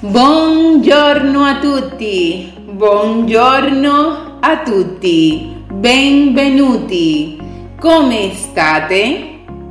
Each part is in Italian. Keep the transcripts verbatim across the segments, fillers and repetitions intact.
Buongiorno a tutti, buongiorno a tutti, benvenuti, come state?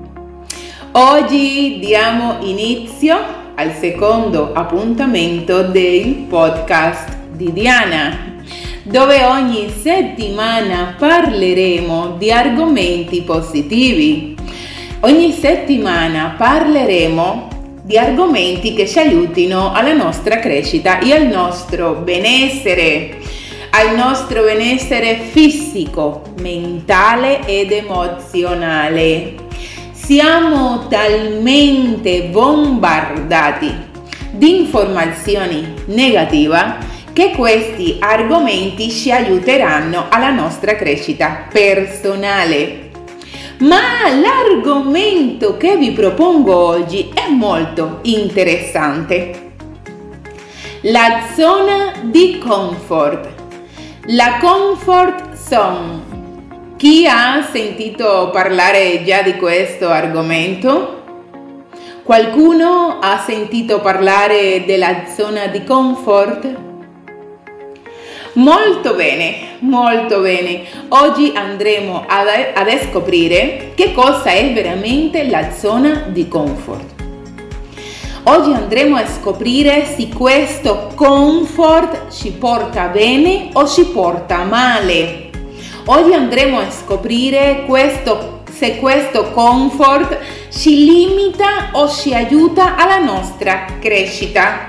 Oggi diamo inizio al secondo appuntamento del podcast di Diana, dove ogni settimana parleremo di argomenti positivi. Ogni settimana parleremo di argomenti che ci aiutino alla nostra crescita e al nostro benessere, al nostro benessere fisico, mentale ed emozionale. Siamo talmente bombardati di informazioni negative che questi argomenti ci aiuteranno alla nostra crescita personale. Ma l'argomento che vi propongo oggi è molto interessante. La zona di comfort. La comfort zone. Chi ha sentito parlare già di questo argomento? Qualcuno ha sentito parlare della zona di comfort? Molto bene, molto bene. Oggi andremo ad, ad scoprire che cosa è veramente la zona di comfort. Oggi andremo a scoprire se questo comfort ci porta bene o ci porta male. Oggi andremo a scoprire questo, se questo comfort ci limita o ci aiuta alla nostra crescita.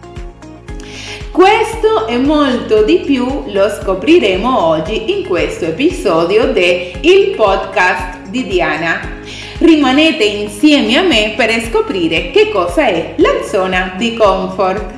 Questo e molto di più lo scopriremo oggi in questo episodio del podcast di Diana. Rimanete insieme a me per scoprire che cosa è la zona di comfort.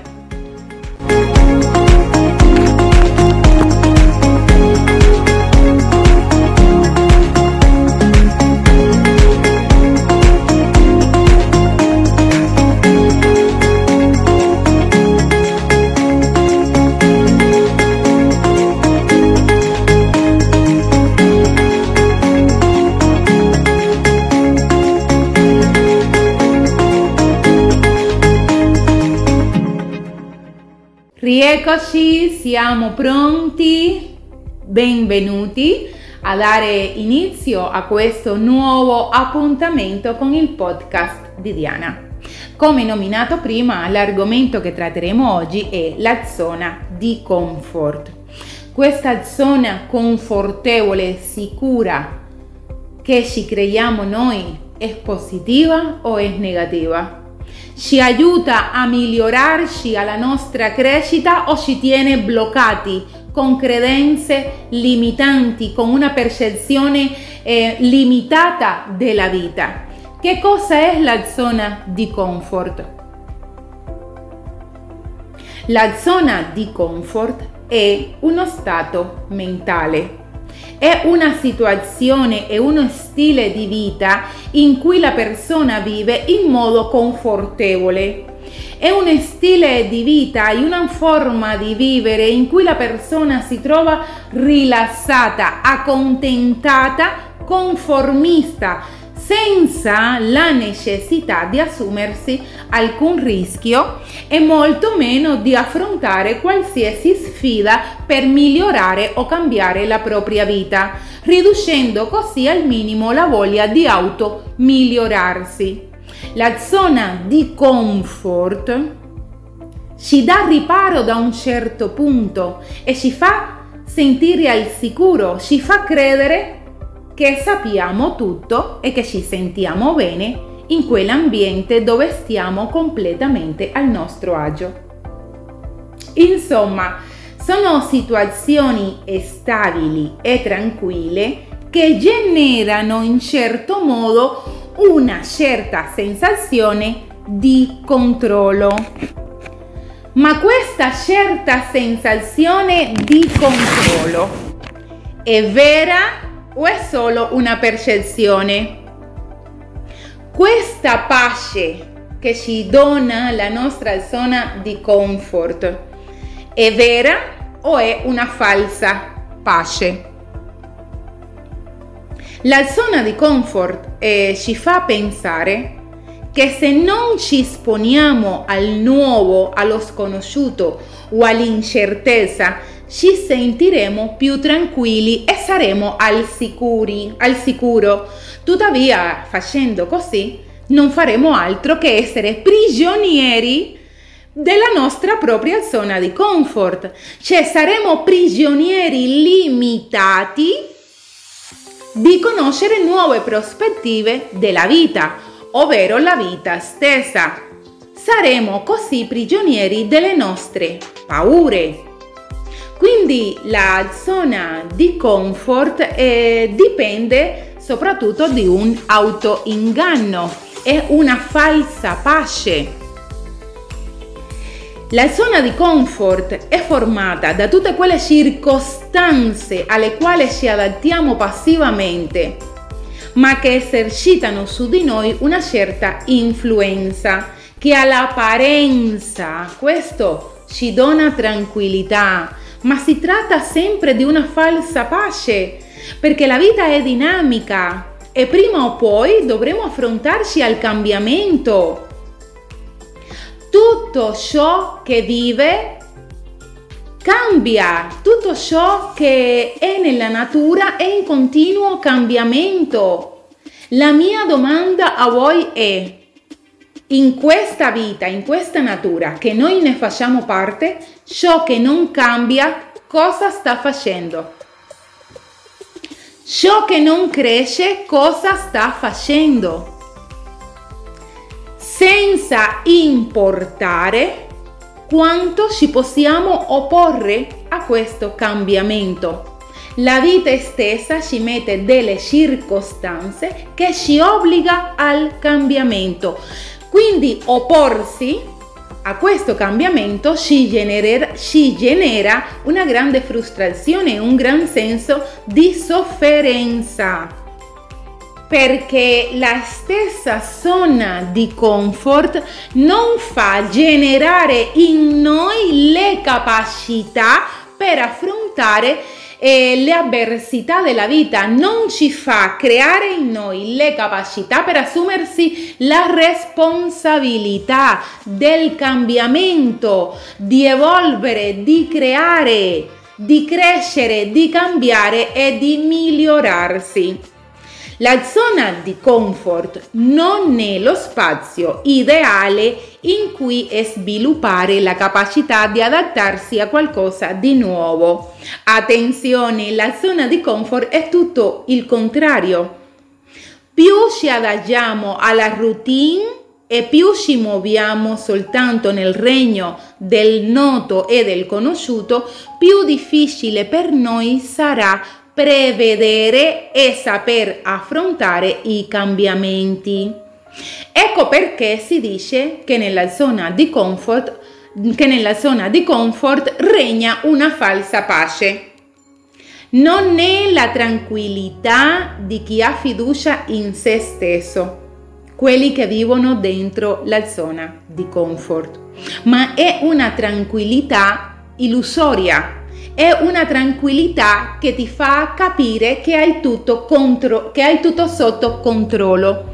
Rieccoci, siamo pronti, benvenuti a dare inizio a questo nuovo appuntamento con il podcast di Diana. Come nominato prima, l'argomento che tratteremo oggi è la zona di comfort. Questa zona confortevole, sicura, che ci creiamo noi, è positiva o è negativa? Ci aiuta a migliorarci alla nostra crescita o ci tiene bloccati con credenze limitanti, con una percezione eh, limitata della vita? Che cosa è la zona di comfort? La zona di comfort è uno stato mentale. È una situazione e uno stile di vita in cui la persona vive in modo confortevole. È un stile di vita e una forma di vivere in cui la persona si trova rilassata, accontentata, conformista, senza la necessità di assumersi alcun rischio e molto meno di affrontare qualsiasi sfida per migliorare o cambiare la propria vita, riducendo così al minimo la voglia di auto migliorarsi. La zona di comfort ci dà riparo da un certo punto e ci fa sentire al sicuro, ci fa credere che sappiamo tutto e che ci sentiamo bene in quell'ambiente dove stiamo completamente al nostro agio. Insomma, sono situazioni stabili e tranquille che generano in certo modo una certa sensazione di controllo. Ma questa certa sensazione di controllo è vera o è solo una percezione? Questa pace che ci dona la nostra zona di comfort è vera o è una falsa pace? La zona di comfort eh, ci fa pensare che se non ci esponiamo al nuovo, allo sconosciuto o all'incertezza, ci sentiremo più tranquilli e saremo al, sicuri, al sicuro. Tuttavia, facendo così, non faremo altro che essere prigionieri della nostra propria zona di comfort, cioè saremo prigionieri limitati di conoscere nuove prospettive della vita, ovvero la vita stessa. Saremo così prigionieri delle nostre paure. Quindi la zona di comfort eh, dipende soprattutto di un autoinganno, è una falsa pace. La zona di comfort è formata da tutte quelle circostanze alle quali ci adattiamo passivamente, ma che esercitano su di noi una certa influenza, che all'apparenza questo ci dona tranquillità, ma si tratta sempre di una falsa pace, perché la vita è dinamica e prima o poi dovremo affrontarci al cambiamento. Tutto ciò che vive cambia, tutto ciò che è nella natura è in continuo cambiamento. La mia domanda a voi è: in questa vita, in questa natura che noi ne facciamo parte, ciò che non cambia, cosa sta facendo? Ciò che non cresce, cosa sta facendo? Senza importare quanto ci possiamo opporre a questo cambiamento. La vita stessa ci mette delle circostanze che ci obbliga al cambiamento. Quindi opporsi a questo cambiamento ci genera, ci genera una grande frustrazione, un gran senso di sofferenza. Perché la stessa zona di comfort non fa generare in noi le capacità per affrontare eh, le avversità della vita, non ci fa creare in noi le capacità per assumersi la responsabilità del cambiamento, di evolvere, di creare, di crescere, di cambiare e di migliorarsi. La zona di comfort non è lo spazio ideale in cui sviluppare la capacità di adattarsi a qualcosa di nuovo. Attenzione, la zona di comfort è tutto il contrario. Più ci adagiamo alla routine e più ci muoviamo soltanto nel regno del noto e del conosciuto, più difficile per noi sarà prevedere e saper affrontare i cambiamenti. Ecco perché si dice che nella zona di comfort, che nella zona di comfort regna una falsa pace. Non è la tranquillità di chi ha fiducia in se stesso, quelli che vivono dentro la zona di comfort, ma è una tranquillità illusoria. È una tranquillità che ti fa capire che hai tutto, contro, che hai tutto sotto controllo.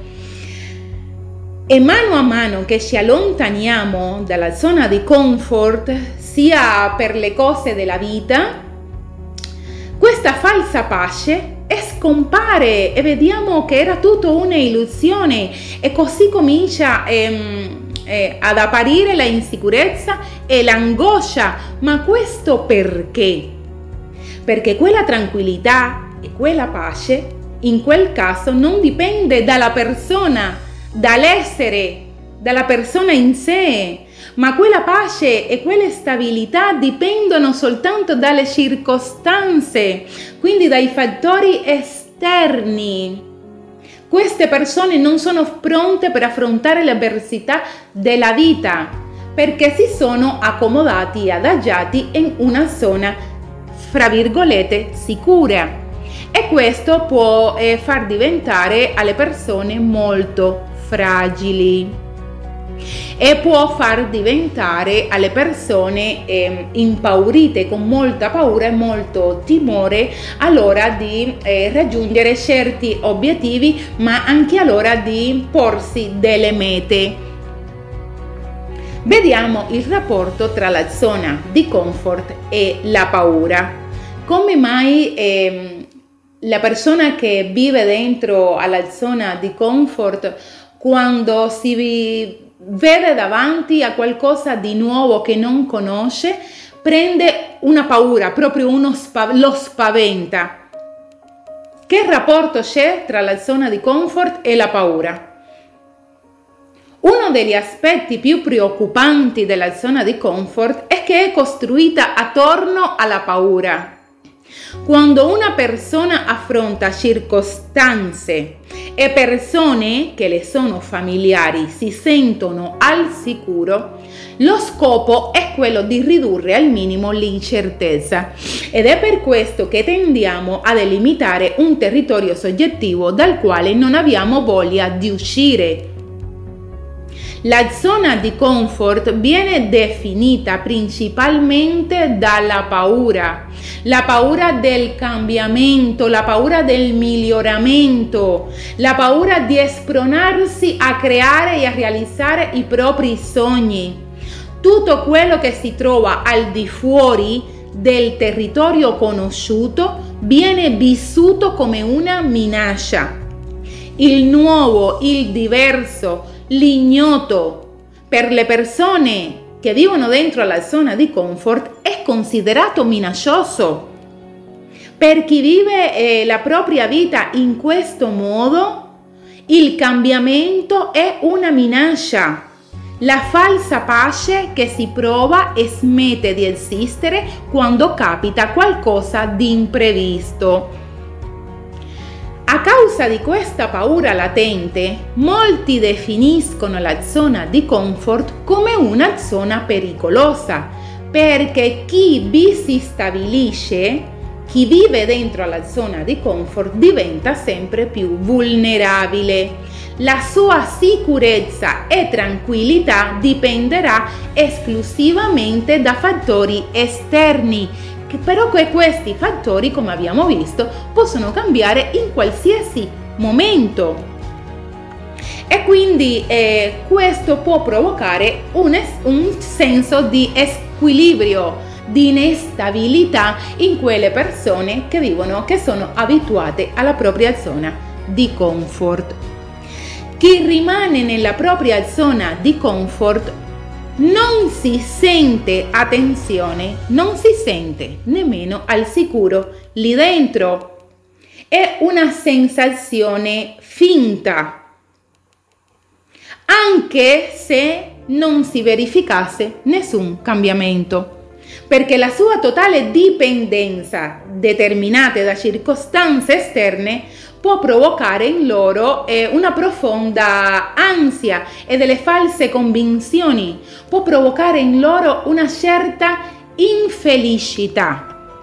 E mano a mano che ci allontaniamo dalla zona di comfort, sia per le cose della vita, questa falsa pace scompare e vediamo che era tutto una illusione, e così comincia ehm, eh, ad apparire la insicurezza e l'angoscia. Ma questo perché? Perché quella tranquillità e quella pace in quel caso non dipende dalla persona, dall'essere, dalla persona in sé, ma quella pace e quella stabilità dipendono soltanto dalle circostanze, quindi dai fattori esterni. Queste persone non sono pronte per affrontare le avversità della vita, perché si sono accomodati e adagiati in una zona, fra virgolette, sicura. E questo può eh, far diventare alle persone molto fragili. e può far diventare alle persone eh, impaurite, con molta paura e molto timore all'ora di eh, raggiungere certi obiettivi, ma anche all'ora di porsi delle mete. Vediamo il rapporto tra la zona di comfort e la paura. Come mai eh, la persona che vive dentro alla zona di comfort, quando si vede davanti a qualcosa di nuovo che non conosce, prende una paura, proprio uno spav- lo spaventa? Che rapporto c'è tra la zona di comfort e la paura? Uno degli aspetti più preoccupanti della zona di comfort è che è costruita attorno alla paura. Quando una persona affronta circostanze e persone che le sono familiari si sentono al sicuro, lo scopo è quello di ridurre al minimo l'incertezza, ed è per questo che tendiamo a delimitare un territorio soggettivo dal quale non abbiamo voglia di uscire. La zona di comfort viene definita principalmente dalla paura, la paura del cambiamento, la paura del miglioramento, la paura di spronarsi a creare e a realizzare i propri sogni. Tutto quello che si trova al di fuori del territorio conosciuto viene vissuto come una minaccia. Il nuovo, il diverso, l'ignoto, per le persone che vivono dentro la zona di comfort è considerato minaccioso. Per chi vive eh, la propria vita in questo modo, il cambiamento è una minaccia. La falsa pace che si prova e smette di esistere quando capita qualcosa di imprevisto. A causa di questa paura latente, molti definiscono la zona di comfort come una zona pericolosa, perché chi vi si stabilisce, chi vive dentro la zona di comfort, diventa sempre più vulnerabile. La sua sicurezza e tranquillità dipenderà esclusivamente da fattori esterni, che però que questi fattori, come abbiamo visto, possono cambiare in qualsiasi momento. E quindi eh, questo può provocare un, es- un senso di squilibrio, di instabilità in quelle persone che vivono, che sono abituate alla propria zona di comfort. Chi rimane nella propria zona di comfort non si sente, attenzione, non si sente nemmeno al sicuro lì dentro. È una sensazione finta, anche se non si verificasse nessun cambiamento, perché la sua totale dipendenza, determinata da circostanze esterne, può provocare in loro eh, una profonda ansia e delle false convinzioni, può provocare in loro una certa infelicità.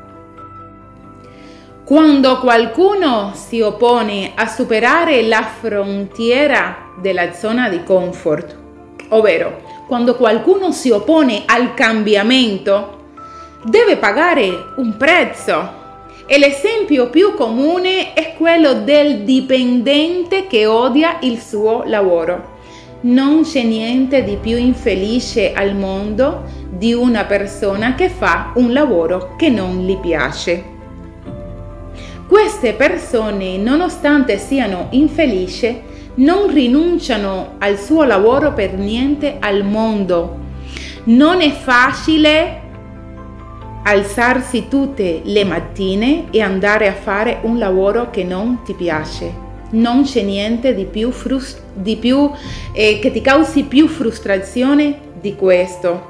Quando qualcuno si oppone a superare la frontiera della zona di comfort, ovvero quando qualcuno si oppone al cambiamento, deve pagare un prezzo. E l'esempio più comune è quello del dipendente che odia il suo lavoro. Non c'è niente di più infelice al mondo di una persona che fa un lavoro che non gli piace. Queste persone, nonostante siano infelici, non rinunciano al suo lavoro per niente al mondo. Non è facile alzarsi tutte le mattine e andare a fare un lavoro che non ti piace. Non c'è niente di più, frust- di più eh, che ti causi più frustrazione di questo.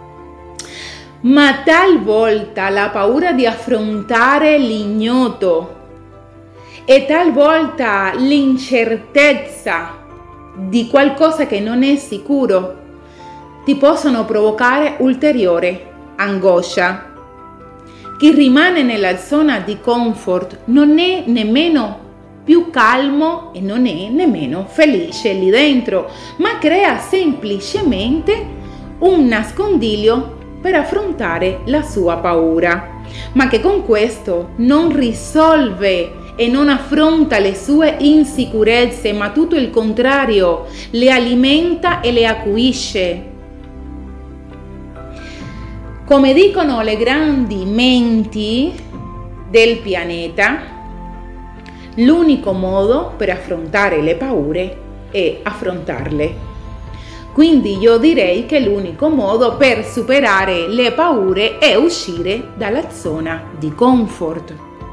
Ma talvolta la paura di affrontare l'ignoto e talvolta l'incertezza di qualcosa che non è sicuro ti possono provocare ulteriore angoscia. Chi rimane nella zona di comfort non è nemmeno più calmo e non è nemmeno felice lì dentro, ma crea semplicemente un nascondiglio per affrontare la sua paura, ma che con questo non risolve e non affronta le sue insicurezze, ma tutto il contrario, le alimenta e le acuisce. Come dicono le grandi menti del pianeta, l'unico modo per affrontare le paure è affrontarle. Quindi io direi che l'unico modo per superare le paure è uscire dalla zona di comfort.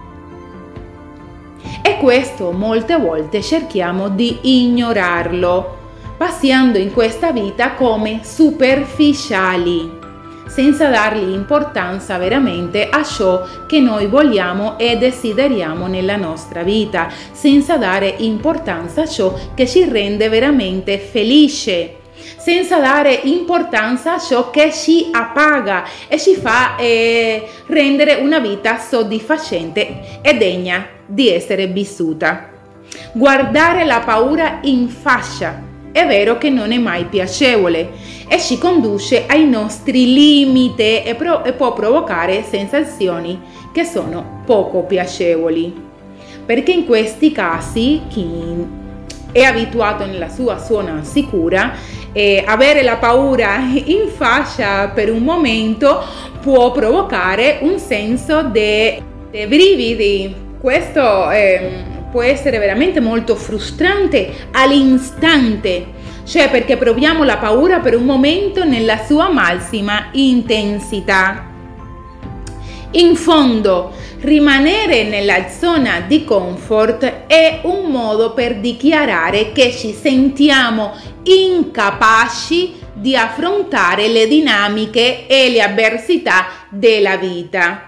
E questo molte volte cerchiamo di ignorarlo, passando in questa vita come superficiali, senza dargli importanza veramente a ciò che noi vogliamo e desideriamo nella nostra vita, senza dare importanza a ciò che ci rende veramente felice, senza dare importanza a ciò che ci appaga e ci fa eh, rendere una vita soddisfacente e degna di essere vissuta. Guardare la paura in faccia è vero che non è mai piacevole e ci conduce ai nostri limiti e, pro- e può provocare sensazioni che sono poco piacevoli, perché in questi casi chi è abituato nella sua zona sicura e avere la paura in faccia per un momento può provocare un senso di brividi. Questo eh, può essere veramente molto frustrante all'istante, cioè perché proviamo la paura per un momento nella sua massima intensità. In fondo, rimanere nella zona di comfort è un modo per dichiarare che ci sentiamo incapaci di affrontare le dinamiche e le avversità della vita.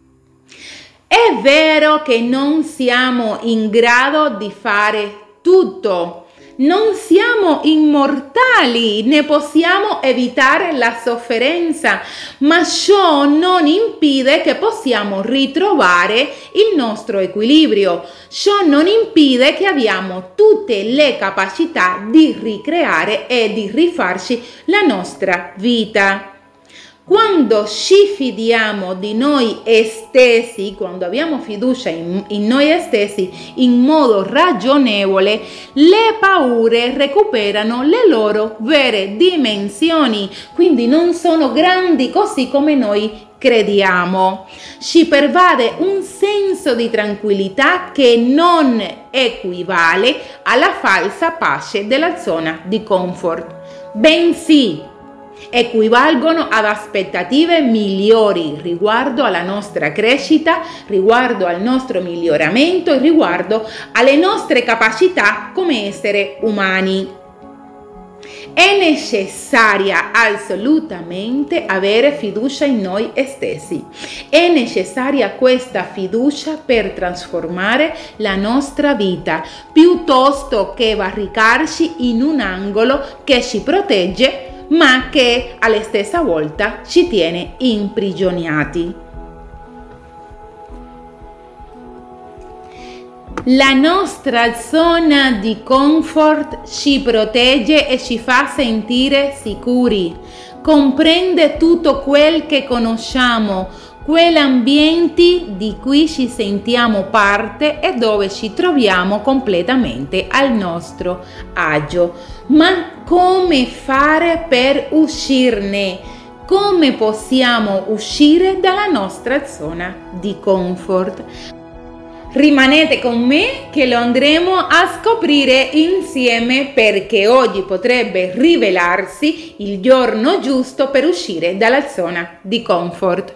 È vero che non siamo in grado di fare tutto, non siamo immortali, né possiamo evitare la sofferenza, ma ciò non impide che possiamo ritrovare il nostro equilibrio. Ciò non impide che abbiamo tutte le capacità di ricreare e di rifarci la nostra vita. Quando ci fidiamo di noi stessi, quando abbiamo fiducia in, in noi stessi in modo ragionevole, le paure recuperano le loro vere dimensioni, quindi non sono grandi così come noi crediamo. Ci pervade un senso di tranquillità che non equivale alla falsa pace della zona di comfort, bensì equivalgono ad aspettative migliori riguardo alla nostra crescita, riguardo al nostro miglioramento e riguardo alle nostre capacità come esseri umani. È necessaria assolutamente avere fiducia in noi stessi. È necessaria questa fiducia per trasformare la nostra vita, piuttosto che barricarci in un angolo che ci protegge ma che alla stessa volta ci tiene imprigionati. La nostra zona di comfort ci protegge e ci fa sentire sicuri, comprende tutto quel che conosciamo, quegli ambienti di cui ci sentiamo parte e dove ci troviamo completamente al nostro agio. Ma come fare per uscirne? Come possiamo uscire dalla nostra zona di comfort? Rimanete con me che lo andremo a scoprire insieme, perché oggi potrebbe rivelarsi il giorno giusto per uscire dalla zona di comfort.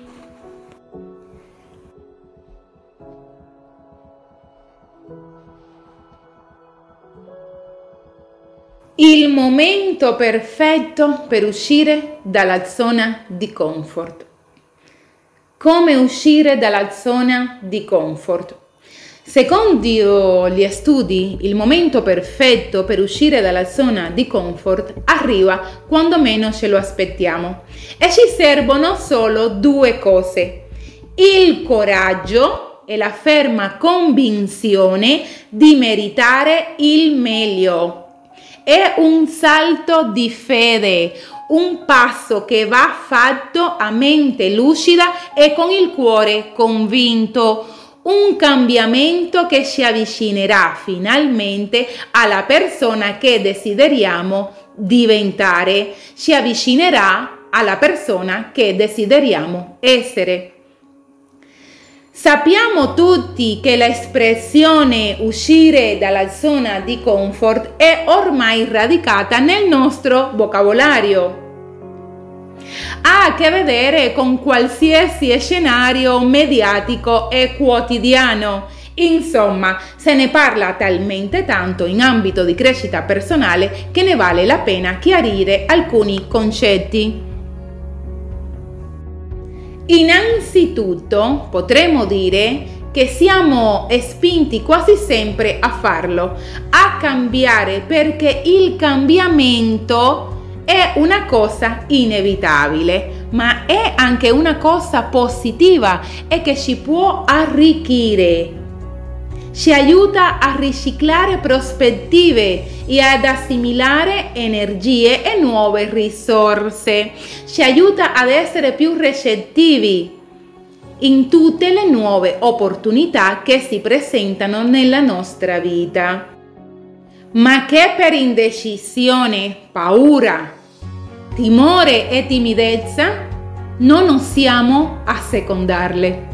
Il momento perfetto per uscire dalla zona di comfort. Come uscire dalla zona di comfort? Secondo gli studi, il momento perfetto per uscire dalla zona di comfort arriva quando meno ce lo aspettiamo e ci servono solo due cose: il coraggio e la ferma convinzione di meritare il meglio. È un salto di fede, un passo che va fatto a mente lucida e con il cuore convinto, un cambiamento che ci avvicinerà finalmente alla persona che desideriamo diventare, ci avvicinerà alla persona che desideriamo essere. Sappiamo tutti che l'espressione uscire dalla zona di comfort è ormai radicata nel nostro vocabolario. Ha a che vedere con qualsiasi scenario mediatico e quotidiano. Insomma, se ne parla talmente tanto in ambito di crescita personale che ne vale la pena chiarire alcuni concetti. Innanzitutto potremmo dire che siamo spinti quasi sempre a farlo, a cambiare, perché il cambiamento è una cosa inevitabile, ma è anche una cosa positiva e che ci può arricchire. Ci aiuta a riciclare prospettive e ad assimilare energie e nuove risorse. Ci aiuta ad essere più recettivi in tutte le nuove opportunità che si presentano nella nostra vita. Ma che per indecisione, paura, timore e timidezza non osiamo assecondarle.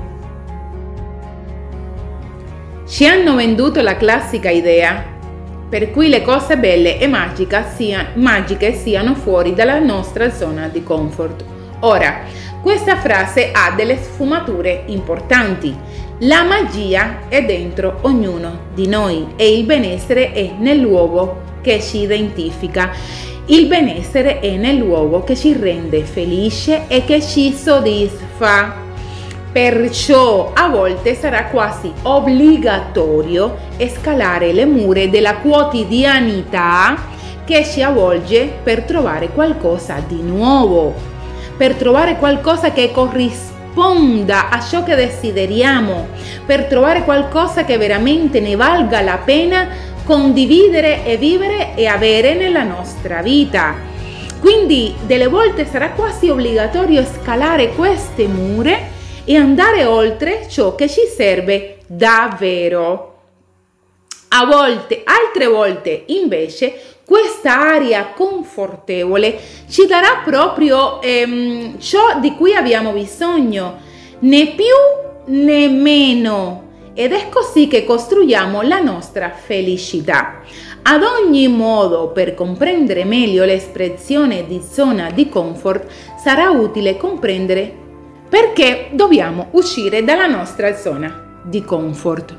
Ci hanno venduto la classica idea per cui le cose belle e magiche, sia, magiche siano fuori dalla nostra zona di comfort. Ora, questa frase ha delle sfumature importanti. La magia è dentro ognuno di noi e il benessere è nel luogo che ci identifica. Il benessere è nel luogo che ci rende felice e che ci soddisfa. Perciò a volte sarà quasi obbligatorio scalare le mura della quotidianità che ci avvolge per trovare qualcosa di nuovo, per trovare qualcosa che corrisponda a ciò che desideriamo, per trovare qualcosa che veramente ne valga la pena condividere e vivere e avere nella nostra vita. Quindi delle volte sarà quasi obbligatorio scalare queste mura e andare oltre ciò che ci serve davvero. A volte, altre volte invece, questa area confortevole ci darà proprio ehm, ciò di cui abbiamo bisogno, né più né meno, ed è così che costruiamo la nostra felicità. Ad ogni modo, per comprendere meglio l'espressione di zona di comfort, sarà utile comprendere perché dobbiamo uscire dalla nostra zona di comfort.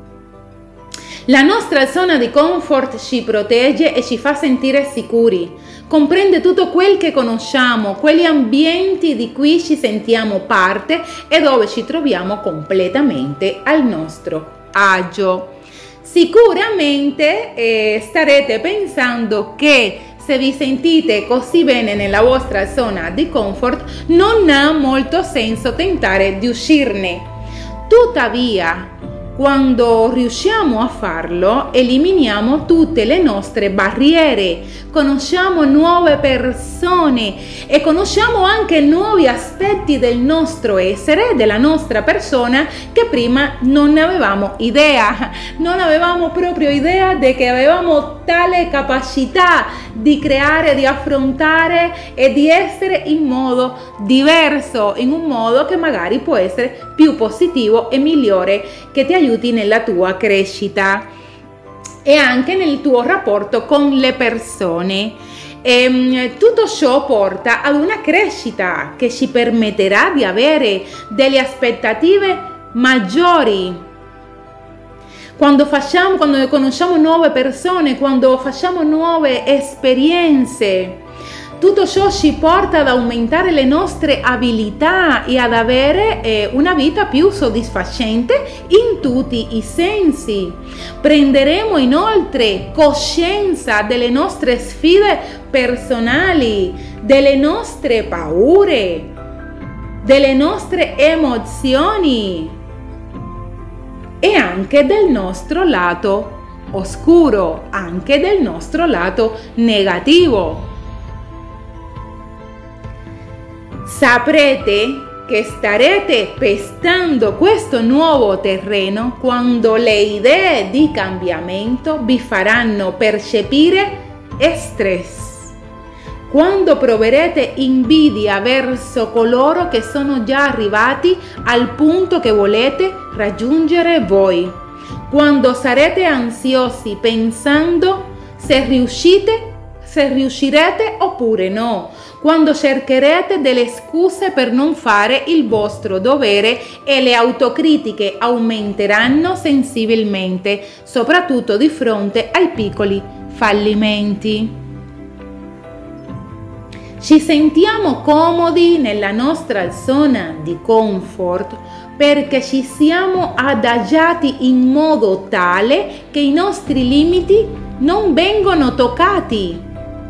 La nostra zona di comfort ci protegge e ci fa sentire sicuri, comprende tutto quel che conosciamo, quegli ambienti di cui ci sentiamo parte e dove ci troviamo completamente al nostro agio. Sicuramente eh, starete pensando che se vi sentite così bene nella vostra zona di comfort, non ha molto senso tentare di uscirne. Tuttavia, quando riusciamo a farlo, eliminiamo tutte le nostre barriere, conosciamo nuove persone e conosciamo anche nuovi aspetti del nostro essere, della nostra persona, che prima non ne avevamo idea. Non avevamo proprio idea di che avevamo tale capacità di creare, di affrontare e di essere in modo diverso, in un modo che magari può essere più positivo e migliore, che ti aiuti nella tua crescita e anche nel tuo rapporto con le persone. E tutto ciò porta ad una crescita che ci permetterà di avere delle aspettative maggiori. Quando facciamo, quando conosciamo nuove persone, quando facciamo nuove esperienze, tutto ciò ci porta ad aumentare le nostre abilità e ad avere eh, una vita più soddisfacente in tutti i sensi. Prenderemo inoltre coscienza delle nostre sfide personali, delle nostre paure, delle nostre emozioni. e anche del nostro lato oscuro, anche del nostro lato negativo. Saprete che starete pestando questo nuovo terreno quando le idee di cambiamento vi faranno percepire stress. Quando proverete invidia verso coloro che sono già arrivati al punto che volete raggiungere voi. Quando sarete ansiosi pensando se riuscite, se riuscirete oppure no. Quando cercherete delle scuse per non fare il vostro dovere e le autocritiche aumenteranno sensibilmente, soprattutto di fronte ai piccoli fallimenti. Ci sentiamo comodi nella nostra zona di comfort perché ci siamo adagiati in modo tale che i nostri limiti non vengono toccati.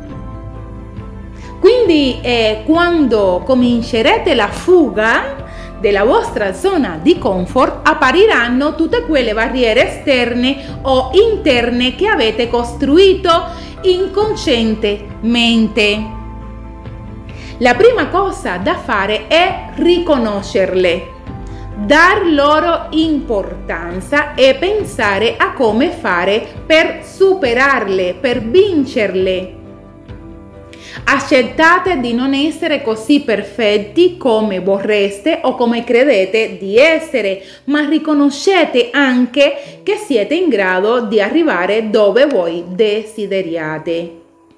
Quindi eh, quando comincerete la fuga della vostra zona di comfort, appariranno tutte quelle barriere esterne o interne che avete costruito inconscientemente. La prima cosa da fare è riconoscerle, dar loro importanza e pensare a come fare per superarle, per vincerle. Accettate di non essere così perfetti come vorreste o come credete di essere, ma riconoscete anche che siete in grado di arrivare dove voi desideriate.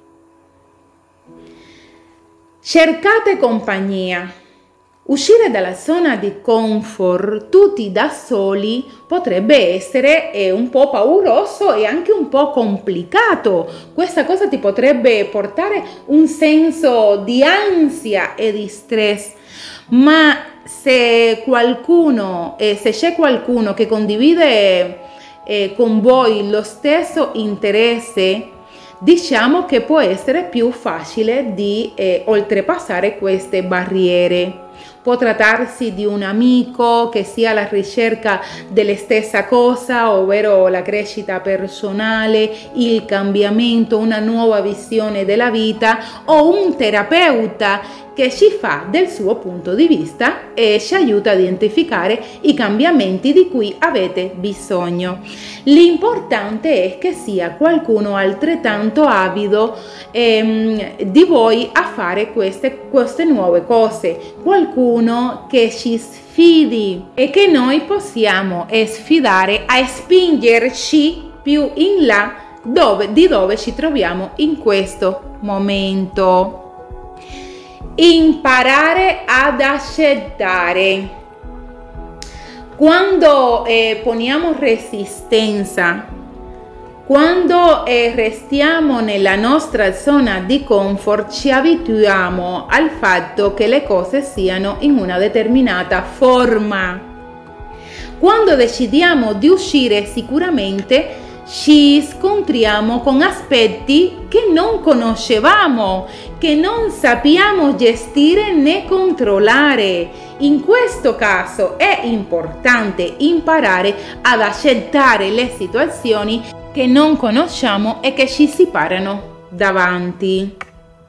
Cercate compagnia. Uscire dalla zona di comfort tutti da soli potrebbe essere eh, un po' pauroso e anche un po' complicato. Questa cosa ti potrebbe portare un senso di ansia e di stress, ma se qualcuno, eh, se c'è qualcuno che condivide eh, con voi lo stesso interesse, diciamo che può essere più facile di eh, oltrepassare queste barriere. Può trattarsi di un amico che sia alla ricerca della stessa cosa, ovvero la crescita personale, il cambiamento, una nuova visione della vita, o un terapeuta che ci fa del suo punto di vista e ci aiuta a identificare i cambiamenti di cui avete bisogno. L'importante è che sia qualcuno altrettanto avido ehm, di voi a fare queste, queste nuove cose, qualcuno che ci sfidi e che noi possiamo sfidare a spingerci più in là dove, di dove ci troviamo in questo momento. Imparare ad accettare. Quando eh, poniamo resistenza, quando eh, restiamo nella nostra zona di comfort, ci abituiamo al fatto che le cose siano in una determinata forma. Quando decidiamo di uscire, sicuramente ci scontriamo con aspetti che non conoscevamo, che non sappiamo gestire né controllare. In questo caso è importante imparare ad accettare le situazioni che non conosciamo e che ci si parano davanti.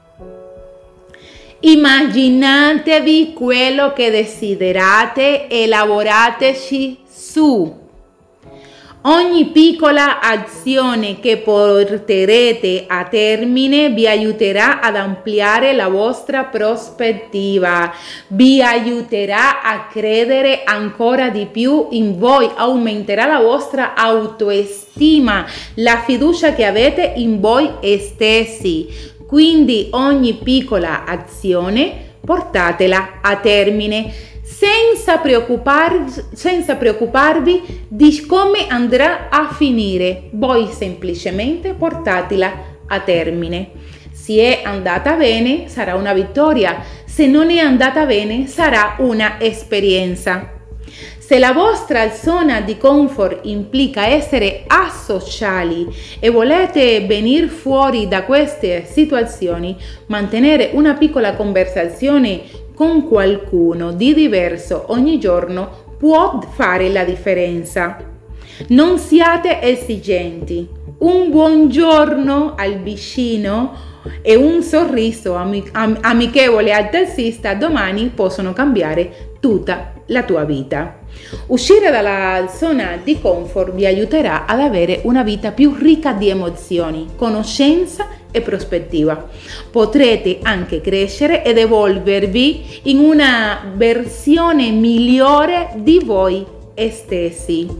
Immaginatevi quello che desiderate e lavorateci su. Ogni piccola azione che porterete a termine vi aiuterà ad ampliare la vostra prospettiva, vi aiuterà a credere ancora di più in voi, aumenterà la vostra autostima, la fiducia che avete in voi stessi. Quindi ogni piccola azione portatela a termine. Senza, preoccupar, senza preoccuparvi di come andrà a finire, voi semplicemente portatela a termine. Se è andata bene sarà una vittoria, se non è andata bene sarà una esperienza. Se la vostra zona di comfort implica essere asociali e volete venire fuori da queste situazioni, mantenere una piccola conversazione con qualcuno di diverso ogni giorno può fare la differenza. Non siate esigenti. Un buongiorno al vicino e un sorriso amic- am- amichevole al tassista domani possono cambiare tutta la tua vita. Uscire dalla zona di comfort vi aiuterà ad avere una vita più ricca di emozioni, conoscenza e prospettiva. Potrete anche crescere ed evolvervi in una versione migliore di voi stessi.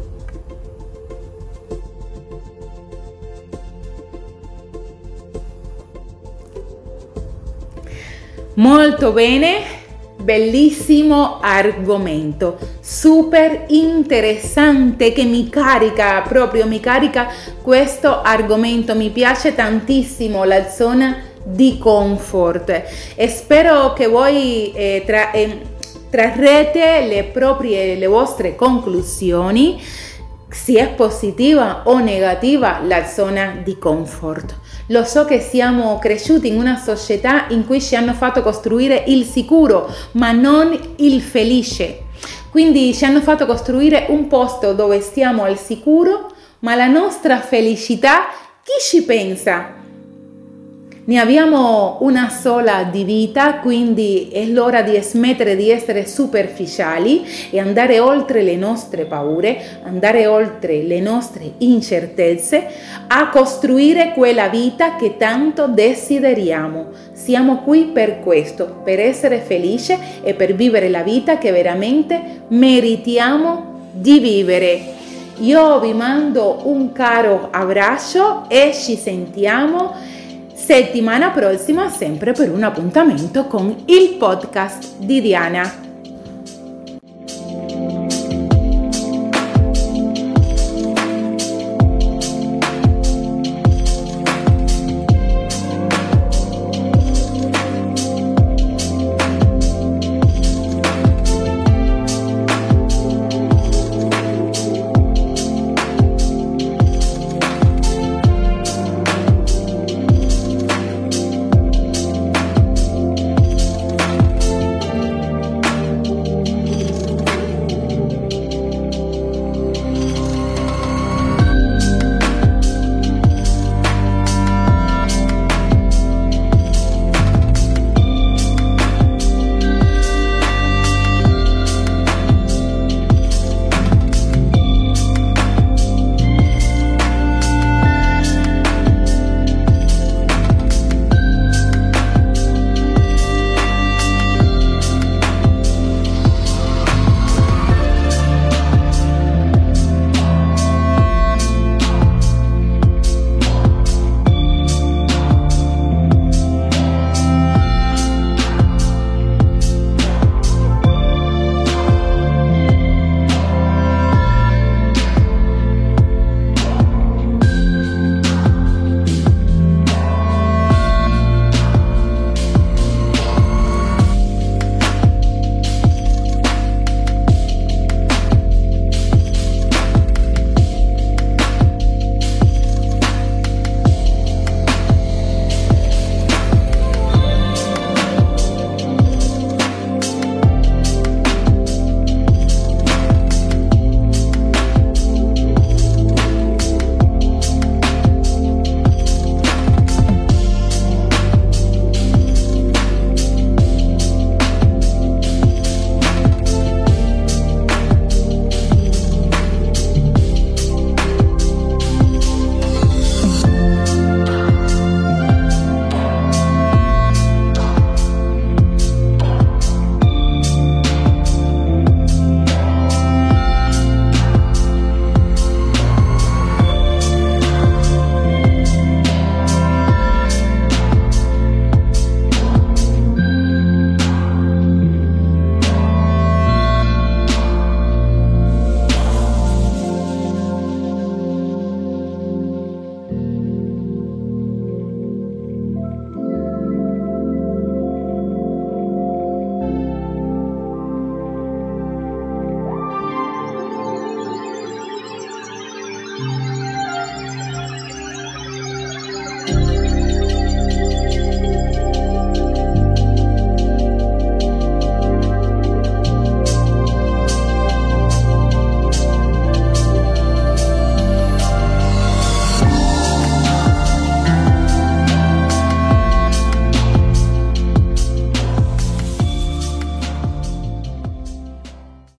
Molto bene, bellissimo argomento, super interessante che mi carica, proprio mi carica questo argomento, mi piace tantissimo la zona di comfort e spero che voi eh, tra, eh, trarrete le proprie, le vostre conclusioni, sia positiva o negativa la zona di comfort. Lo so che siamo cresciuti in una società in cui ci hanno fatto costruire il sicuro, ma non il felice. Quindi ci hanno fatto costruire un posto dove stiamo al sicuro, ma la nostra felicità, chi ci pensa? Ne abbiamo una sola di vita, quindi è l'ora di smettere di essere superficiali e andare oltre le nostre paure, andare oltre le nostre incertezze, a costruire quella vita che tanto desideriamo. Siamo qui per questo, per essere felici e per vivere la vita che veramente meritiamo di vivere. Io vi mando un caro abbraccio e ci sentiamo settimana prossima sempre per un appuntamento con il podcast di Diana.